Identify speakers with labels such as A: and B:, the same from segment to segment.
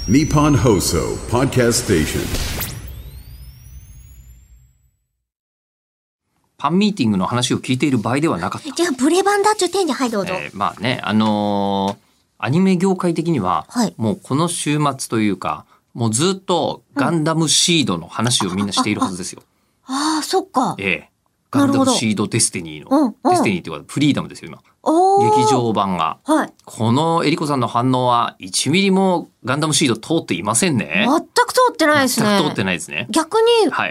A: Nippon Hoso Podcast Station。
B: パンミーティングの話を聞いている場合ではなかった。
C: じゃあブレバンだっちゅう点で、はいどうぞ。
B: まあね、アニメ業界的には、
C: はい、
B: もうこの週末というか、もうずっとガンダムシードの話をみんなしているはずですよ。
C: ああ、そっか。
B: ガンダムシードデスティニーの、デスティニーっていうかフリーダムですよ今。劇場版が、
C: はい、
B: このえりこさんの反応は1ミリもガンダムシード通っていませんね。
C: 全く通ってないですね。
B: 全く通ってないですね。
C: 逆に、はい、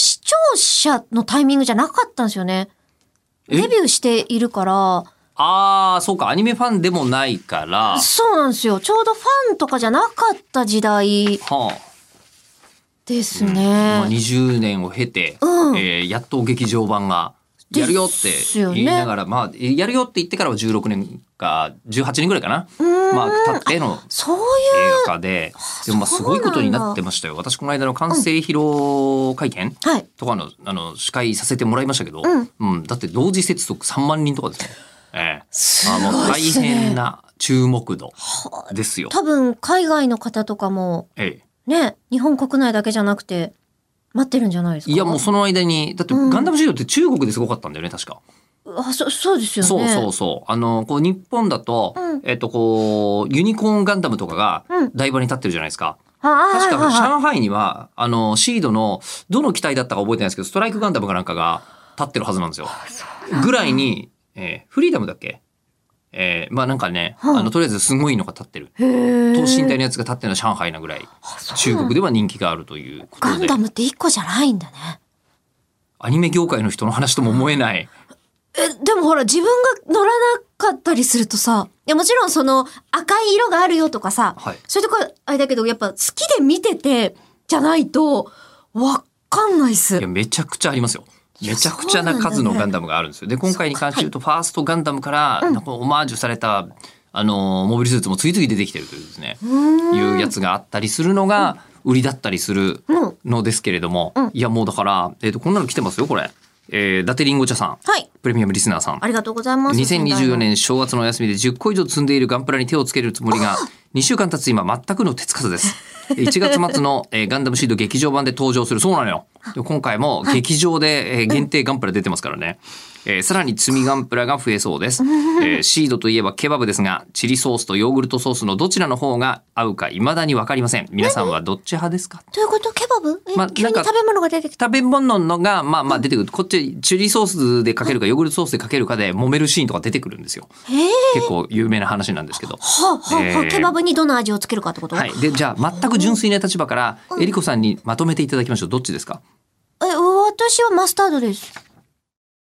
C: 視聴者のタイミングじゃなかったんですよね。デビューしているから。
B: そうか、アニメファンでもないから。
C: そうなんですよ。ちょうどファンとかじゃなかった時代ですね。
B: 20年を経て、やっと劇場版がやるよって言いながら、やるよって言ってからは16年か18年ぐらいかな。経っての映画化で、でもすごいことになってましたよ。私この間の完成披露会見とかの、司会させてもらいましたけど、だって同時接続3万人とかですね。もう大変な注目度ですよ。
C: 多分海外の方とかも、ね、日本国内だけじゃなくて待ってるんじゃないですか。
B: いやもうその間にだってガンダムシードって中国ですごかったんだよね確か。
C: そうですよね。
B: そうこう日本だと、こうユニコーンガンダムとかが台場に立ってるじゃないですか。確か上海にはシードのどの機体だったか覚えてないですけどストライクガンダムかなんかが立ってるはずなんですよ。ぐらいにフリーダムだっけなんかね、とりあえずすごいのが立ってる。等身大のやつが立ってるのは上海なぐらい中国では人気があるということで。
C: ガンダムって1個じゃないんだね。
B: アニメ業界の人の話とも思えない。
C: でもほら自分が乗らなかったりするとさ、いやもちろんその赤い色があるよとかさ、そういうとこあれだけどやっぱ好きで見ててじゃないとわかんないっす。
B: いやめちゃくちゃありますよ。めちゃくちゃな数のガンダムがあるんですよ。で今回に関して言うとファーストガンダムからオマージュされたモビルスーツも次々出てきてるというですねいうやつがあったりするのが売りだったりするのですけれども、いやもうだからこんなの来てますよこれ。伊達りんご茶さん、プレミアムリスナーさん、
C: ありがとうございます。
B: 2024年正月のお休みで10個以上積んでいるガンプラに手をつけるつもりが2週間経つ今全くの手つかずです。1月末のガンダムシード劇場版で登場する。そうなのよ。今回も劇場で限定ガンプラ出てますからね。さらに積みガンプラが増えそうです。シードといえばケバブですがチリソースとヨーグルトソースのどちらの方が合うか未だに分かりません。皆さんはどっち派ですか？
C: どういうこと？ケバブ？急に食べ物が出てきた。
B: 食べ物のが出てくる。こっちチリソースでかけるかヨーグルトソースでかけるかで揉めるシーンとか出てくるんですよ。結構有名な話なんですけど。
C: ケバブにどの味をつけるかってこと？
B: でじゃあ全く純粋な立場からえりこさんにまとめていただきましょう。どっちですか？
C: 私はマスタードです。